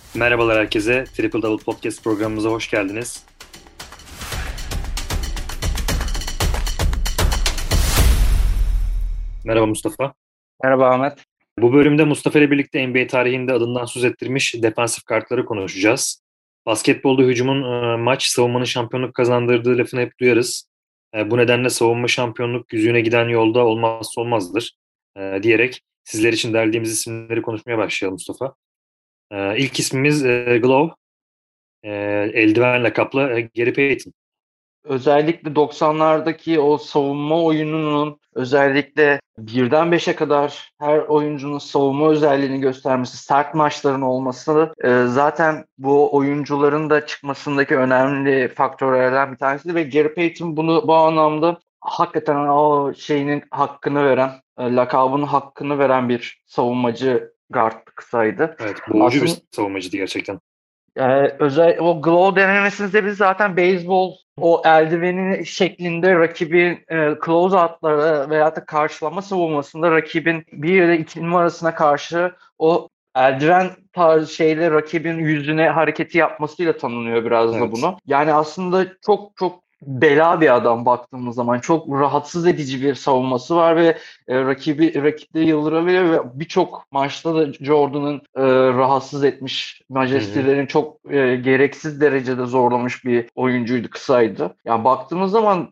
Merhabalar herkese. Triple Double Podcast programımıza hoş geldiniz. Merhaba Mustafa. Merhaba Ahmet. Bu bölümde Mustafa ile birlikte NBA tarihinde adından söz ettirmiş defansif kartları konuşacağız. Basketbolda hücumun maç savunmanın şampiyonluk kazandırdığı lafını hep duyarız. Bu nedenle savunma şampiyonluk yüzüğüne giden yolda olmazsa olmazdır diyerek sizler için derlediğimiz isimleri konuşmaya başlayalım Mustafa. İlk ismimiz Glove, e, eldivenle kaplı Gary Payton. Özellikle 90'lardaki o savunma oyununun özellikle birden beşe kadar her oyuncunun savunma özelliğini göstermesi, sert maçların olması zaten bu oyuncuların da çıkmasındaki önemli faktörlerden bir tanesi ve Gary Payton bunu bu anlamda hakikaten o şeyinin hakkını veren, lakabının hakkını veren bir savunmacı guard kısaydı. Evet, boğucu bir Aslında savunmacıydı gerçekten. özel o glow denemesinde biz zaten beyzbol o eldiveni şeklinde rakibin close out'lara veya da karşılama savunmasında rakibin bir ya da iki numarasına karşı o eldiven tarzı şeyle rakibin yüzüne hareketi yapmasıyla tanınıyor biraz da Evet. bunu. Yani aslında çok çok bela bir adam baktığımız zaman çok rahatsız edici bir savunması var ve rakipte yıldırabiliyor ve birçok maçta da Jordan'ın rahatsız etmiş, Hı hı. majestelerin çok gereksiz derecede zorlamış bir oyuncuydu, kısaydı. Yani baktığımız zaman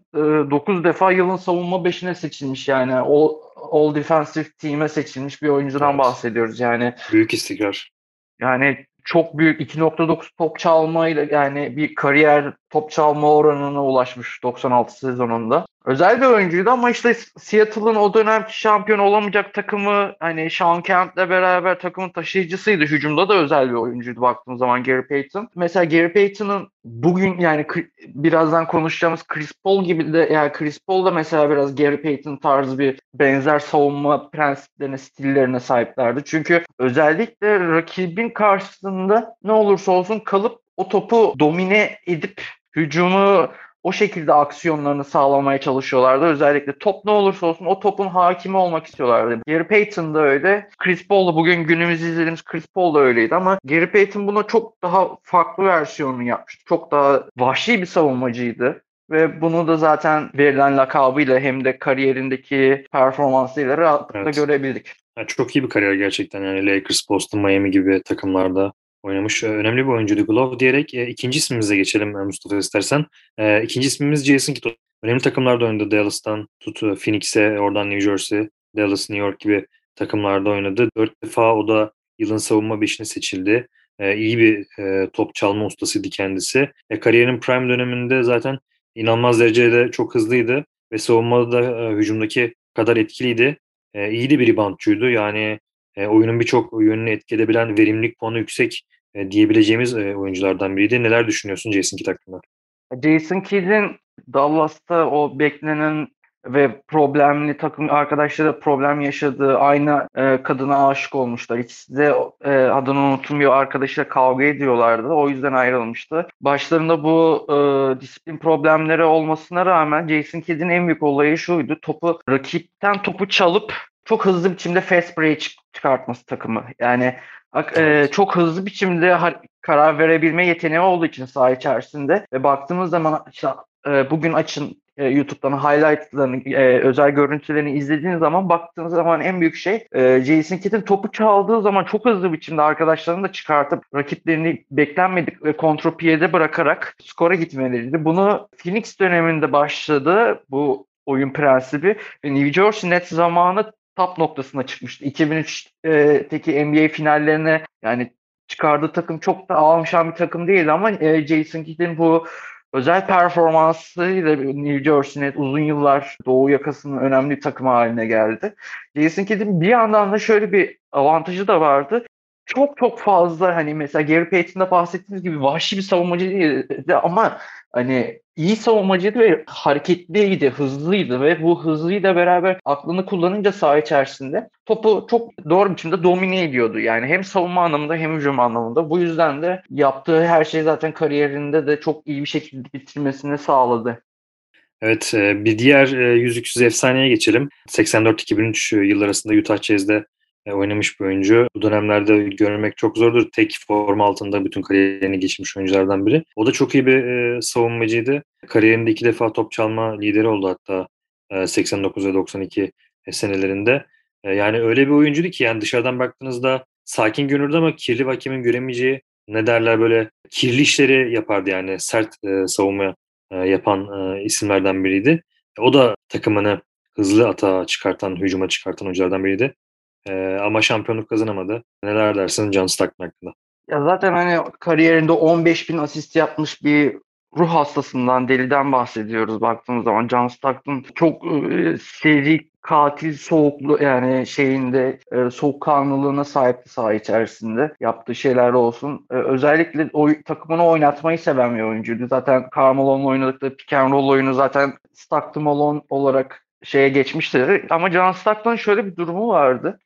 9 defa yılın savunma beşine seçilmiş, yani All Defensive Team'e seçilmiş bir oyuncudan Evet. bahsediyoruz. Büyük istikrar. Yani çok büyük 2.9 top çalmayla, yani bir kariyer top çalma oranına ulaşmış 96 sezonunda. Özel bir oyuncuydu ama işte Seattle'ın o dönemki şampiyon olamayacak takımı, hani Sean Kemp'le beraber takımın taşıyıcısıydı. Hücumda da özel bir oyuncuydu baktığımız zaman Gary Payton. Mesela Gary Payton'ın bugün, yani birazdan konuşacağımız Chris Paul gibi de, yani Chris Paul da mesela biraz Gary Payton tarzı bir benzer savunma prensiplerine, stillerine sahiplerdi. Çünkü özellikle rakibin karşısında ne olursa olsun kalıp o topu domine edip hücumu o şekilde aksiyonlarını sağlamaya çalışıyorlardı. Özellikle top ne olursa olsun o topun hakimi olmak istiyorlardı. Gary Payton da öyle. Chris Paul da, bugün günümüzde izlediğimiz Chris Paul da öyleydi ama Gary Payton buna çok daha farklı versiyonunu yapmıştı. Çok daha vahşi bir savunmacıydı. Ve bunu da zaten verilen lakabıyla hem de kariyerindeki performansıyla rahatlıkla Evet. görebildik. Yani çok iyi bir kariyer gerçekten. Yani Lakers, Boston, Miami gibi takımlarda oynamış. Önemli bir oyuncuydu Glove diyerek ikinci ismimize geçelim Mustafa istersen. İkinci ismimiz Jason Kidd. Önemli takımlarda oynadı. Dallas'tan tut Phoenix'e, oradan New Jersey, Dallas, New York gibi takımlarda oynadı. 4 defa o da yılın savunma beşine seçildi. İyi bir top çalma ustasıydı kendisi. Kariyerinin prime döneminde zaten inanılmaz derecede çok hızlıydı ve savunmada da hücumdaki kadar etkiliydi. İyi de bir reboundçuydu. Yani oyunun birçok yönünü etki edebilen verimlilik puanı yüksek diyebileceğimiz oyunculardan biriydi. Neler düşünüyorsun Jason Kidd hakkında? Jason Kidd'in Dallas'ta o beklenen ve problemli takım arkadaşları problem yaşadığı aynı kadına aşık olmuşlar. İkisi de adını unutmuyor, arkadaşıyla kavga ediyorlardı. O yüzden ayrılmıştı. Başlarında bu disiplin problemleri olmasına rağmen Jason Kidd'in en büyük olayı şuydu: rakipten topu çalıp çok hızlı biçimde fast break çıkartması takımı. Yani Evet. çok hızlı biçimde karar verebilme yeteneği olduğu için saha içerisinde ve baktığımız zaman işte, bugün açın YouTube'dan highlightlarını, özel görüntülerini izlediğiniz zaman, baktığınız zaman en büyük şey Jason Kidd'in topu çaldığı zaman çok hızlı biçimde arkadaşlarını da çıkartıp rakiplerini beklenmedik ve kontrpiyede bırakarak skora gitmeleriydi. Bunu Phoenix döneminde başladı bu oyun prensibi ve New Jersey Nets zamanı top noktasına çıkmıştı. 2003'teki NBA finallerine, yani çıkardığı takım çok da almışan bir takım değildi ama Jason Kidd'in bu özel performansıyla New Jersey Nets uzun yıllar Doğu yakasının önemli bir takımı haline geldi. Jason Kidd'in bir yandan da şöyle bir avantajı da vardı. Çok çok fazla, hani mesela Gary Payton'da bahsettiğimiz gibi vahşi bir savunmacı değildi ama hani iyi savunmacıydı ve hareketliydi, hızlıydı ve bu hızlıyla beraber aklını kullanınca saha içerisinde topu çok doğru biçimde domine ediyordu. Yani hem savunma anlamında hem hücum anlamında. Bu yüzden de yaptığı her şey zaten kariyerinde de çok iyi bir şekilde bitirmesini sağladı. Evet, bir diğer yüzüksüz efsaneye geçelim. 84-2003 yıl arasında Utah Jazz'de oynamış bir oyuncu. Bu dönemlerde görmek çok zordur. Tek forma altında bütün kariyerini geçirmiş oyunculardan biri. O da çok iyi bir savunmacıydı. Kariyerinde 2 defa top çalma lideri oldu hatta 89 ve 92 senelerinde. Yani öyle bir oyuncuydu ki yani dışarıdan baktığınızda sakin görünürdü ama kirli ve hakemin göremeyeceği ne derler böyle kirli işleri yapardı yani sert savunma yapan isimlerden biriydi. O da takımını hızlı atağa çıkartan, hücuma çıkartan oyunculardan biriydi. Ama şampiyonluk kazanamadı. Neler dersin John Stockton hakkında? Ya zaten hani kariyerinde 15 bin asist yapmış bir ruh hastasından, deliden bahsediyoruz baktığımız zaman. John Stockton çok seri, katil, soğuklu yani şeyinde soğukkanlılığına sahipti saha içerisinde. Yaptığı şeyler olsun. Özellikle takımını oynatmayı seven bir oyuncuydu. Zaten Carmelo'nun oynadıkları pick and roll oyunu zaten Stockton Malone olarak şeye geçmişti. Ama John Stockton'ın şöyle bir durumu vardı.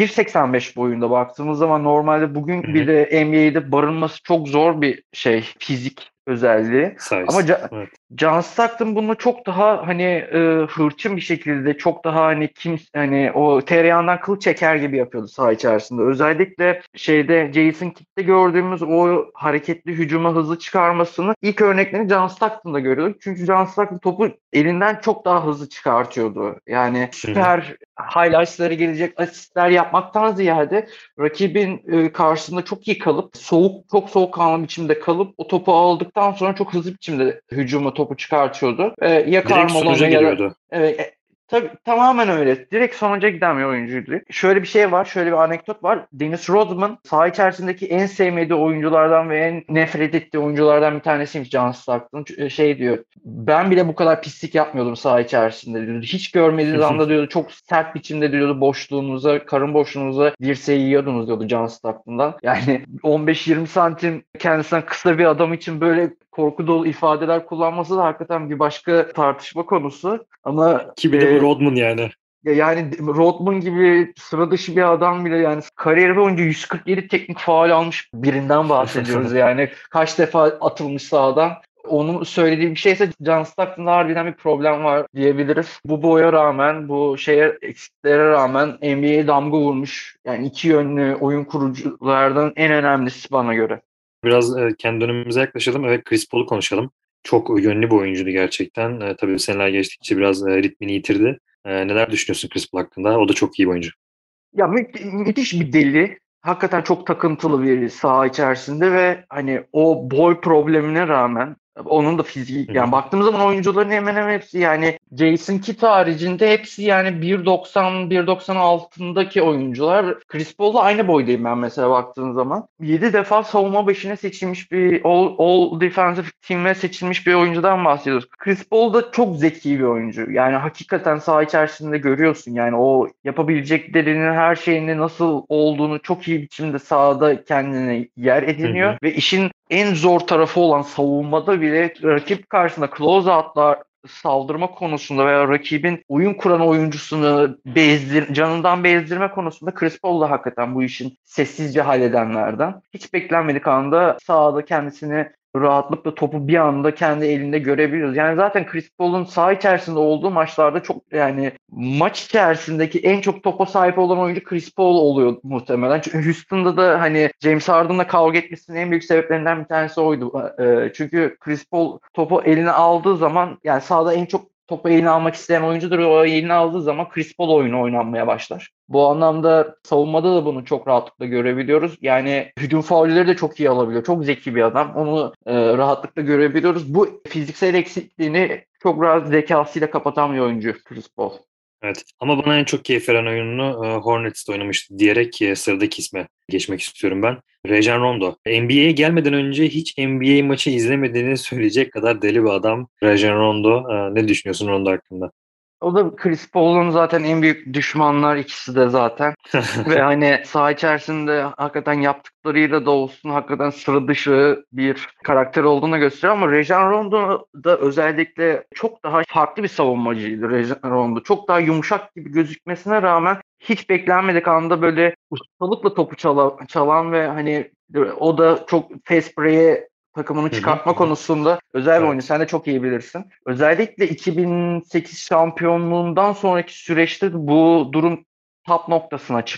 1.85 boyunda baktığımız zaman normalde Hı bugün bir hı. de NBA'de barınması çok zor bir şey fizik özelliği. Ama Size. Evet. John Stockton bunu çok daha hani hırçın bir şekilde çok daha hani hani o tereyağından kıl çeker gibi yapıyordu saha içerisinde. Özellikle şeyde Jason Kidd'de gördüğümüz o hareketli hücuma hızlı çıkarmasını ilk örneklerini John Stockton'da görüyorduk. Çünkü John Stockton topu elinden çok daha hızlı çıkartıyordu. Yani Hı hı. süper highlights'ları gelecek asistler yapmaktan ziyade rakibin karşısında çok iyi kalıp çok soğukkanlı biçimde kalıp o topu aldıktan sonra çok hızlı biçimde hücuma topu çıkartıyordu. Ya Direkt Carmelo'na sonuca ya da giriyordu. tabii tamamen öyle. Direkt sonuca giden bir oyuncuydu. Şöyle bir şey var, şöyle bir anekdot var. Dennis Rodman saha içerisindeki en sevmediği oyunculardan ve en nefret ettiği oyunculardan bir tanesiymiş John Stockton. Şey diyor, ben bile bu kadar pislik yapmıyordum saha içerisinde diyordu. Hiç görmediğiniz anda diyordu çok sert biçimde diyordu boşluğunuza, karın boşluğunuza dirseği yiyordunuz diyordu John Stockton'dan. Yani 15-20 santim kendisinden kısa bir adam için böyle korku dolu ifadeler kullanması da hakikaten bir başka tartışma konusu. Ama Ki bir de bu Rodman yani. yani Rodman gibi sıra dışı bir adam bile yani kariyeri boyunca 147 teknik faul almış birinden bahsediyoruz yani. Kaç defa atılmış sahadan. Onun söylediği bir şeyse John Stockton'da harbiden bir problem var diyebiliriz. Bu boya rağmen, bu şeye eksiklere rağmen NBA'ye damga vurmuş. Yani iki yönlü oyun kuruculardan en önemlisi bana göre. Biraz kendi dönemimize yaklaşalım. Evet, Chris Paul'u konuşalım. Çok yönlü bir oyuncuydu gerçekten. Tabii seneler geçtikçe biraz ritmini yitirdi. Neler düşünüyorsun Chris Paul hakkında? O da çok iyi bir oyuncu. Ya müthiş bir deli. Hakikaten çok takıntılı bir saha içerisinde ve hani o boy problemine rağmen onun da fiziği Hı yani hı. baktığımız zaman oyuncuların hemen hemen hepsi yani Jason Kidd haricinde hepsi yani 1.90 1.96'daki oyuncular. Chris Paul'la aynı boydayım ben mesela baktığın zaman. 7 defa savunma başına seçilmiş bir all defensive team'e seçilmiş bir oyuncudan bahsediyoruz. Chris Paul da çok zeki bir oyuncu. Yani hakikaten saha içerisinde görüyorsun yani o yapabileceklerinin her şeyini nasıl olduğunu çok iyi biçimde sahada kendine yer Hı ediniyor hı. ve işin en zor tarafı olan savunmada bile rakip karşısında close out'lar saldırma konusunda veya rakibin oyun kuran oyuncusunu canından bezdirme konusunda Chris Paul da hakikaten bu işin sessizce halledenlerden. Hiç beklenmedik anda sahada kendisini rahatlıkla topu bir anda kendi elinde görebiliyoruz. Yani zaten Chris Paul'un saha içerisinde olduğu maçlarda çok yani maç içerisindeki en çok topa sahip olan oyuncu Chris Paul oluyor muhtemelen. Çünkü Houston'da da hani James Harden'la kavga etmesinin en büyük sebeplerinden bir tanesi oydu. Çünkü Chris Paul topu eline aldığı zaman yani sahada en çok topu eline almak isteyen oyuncudur ve o eline aldığı zaman Chris Paul oyunu oynanmaya başlar. Bu anlamda savunmada da bunu çok rahatlıkla görebiliyoruz. Yani hücum faulleri de çok iyi alabiliyor. Çok zeki bir adam. Onu rahatlıkla görebiliyoruz. Bu fiziksel eksikliğini çok rahat zekasıyla kapatan bir oyuncu Chris Paul. Evet. Ama bana en çok keyif veren oyununu Hornets'te oynamıştı diyerek sıradaki isme geçmek istiyorum ben. Rajon Rondo. NBA'ye gelmeden önce hiç NBA maçı izlemediğini söyleyecek kadar deli bir adam Rajon Rondo. Ne düşünüyorsun Rondo hakkında? O da Chris Paul'un zaten en büyük düşmanlar ikisi de zaten. Ve hani saha içerisinde hakikaten yaptıklarıyla da olsun hakikaten sıra dışı bir karakter olduğunu gösteriyor ama Rajon Rondo da özellikle çok daha farklı bir savunmacıydı Rajon Rondo. Çok daha yumuşak gibi gözükmesine rağmen hiç beklenmedik anda böyle ustalıkla topu çalan ve hani o da çok fast break'e takımını Hı hı, çıkartma hı hı. konusunda özel bir oyuncu. Evet. Sen de çok iyi bilirsin. Özellikle 2008 şampiyonluğundan sonraki süreçte bu durum top noktasına çıktı.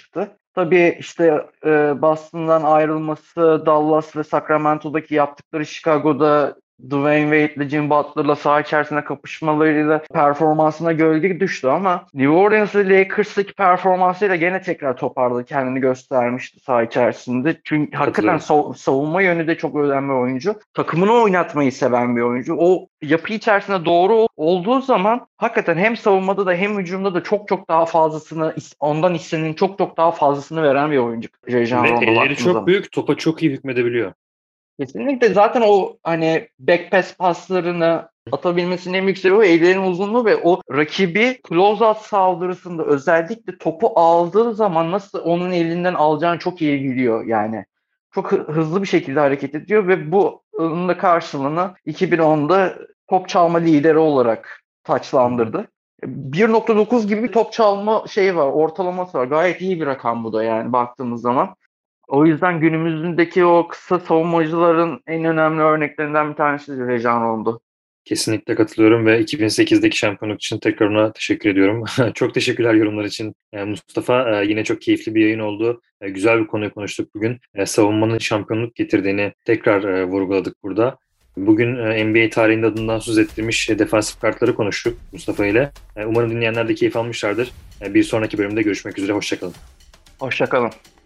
Tabii işte Boston'dan ayrılması, Dallas ve Sacramento'daki yaptıkları, Chicago'da Dwayne Wade ile Jim Butler'la saha içerisinde kapışmalarıyla performansına gölge düştü ama New Orleans ve Lakers'taki performansıyla gene tekrar toparladı, kendini göstermişti saha içerisinde. Çünkü hakikaten Katılıyorum. savunma yönü de çok önemli bir oyuncu. Takımını oynatmayı seven bir oyuncu. O yapı içerisinde doğru olduğu zaman hakikaten hem savunmada da hem hücumda da çok çok daha fazlasını, ondan istenenin çok çok daha fazlasını veren bir oyuncu Ve Rajon Rondo elleri baktığımız çok zaman. büyük. Topa çok iyi hükmedebiliyor. Kesinlikle zaten o hani back pass paslarını atabilmesinin en büyük sebebi o ellerin uzunluğu ve o rakibi close-out saldırısında özellikle topu aldığı zaman nasıl onun elinden alacağını çok iyi biliyor yani. Çok hızlı bir şekilde hareket ediyor ve bunun da karşılığını 2010'da top çalma lideri olarak Hı hı. taçlandırdı. 1.9 gibi bir top çalma şeyi var, ortalaması var. Gayet iyi bir rakam bu da yani baktığımız zaman. O yüzden günümüzdeki o kısa savunmacıların en önemli örneklerinden bir tanesi Rajon Rondo. Kesinlikle katılıyorum ve 2008'deki şampiyonluk için tekrar ona teşekkür ediyorum. Çok teşekkürler yorumlar için. Mustafa, yine çok keyifli bir yayın oldu. Güzel bir konuyu konuştuk bugün. Savunmanın şampiyonluk getirdiğini tekrar vurguladık burada. Bugün NBA tarihinde adından söz ettirmiş defansif kartları konuştuk Mustafa ile. Umarım dinleyenler de keyif almışlardır. Bir sonraki bölümde görüşmek üzere. Hoşça kalın. Hoşça kalın.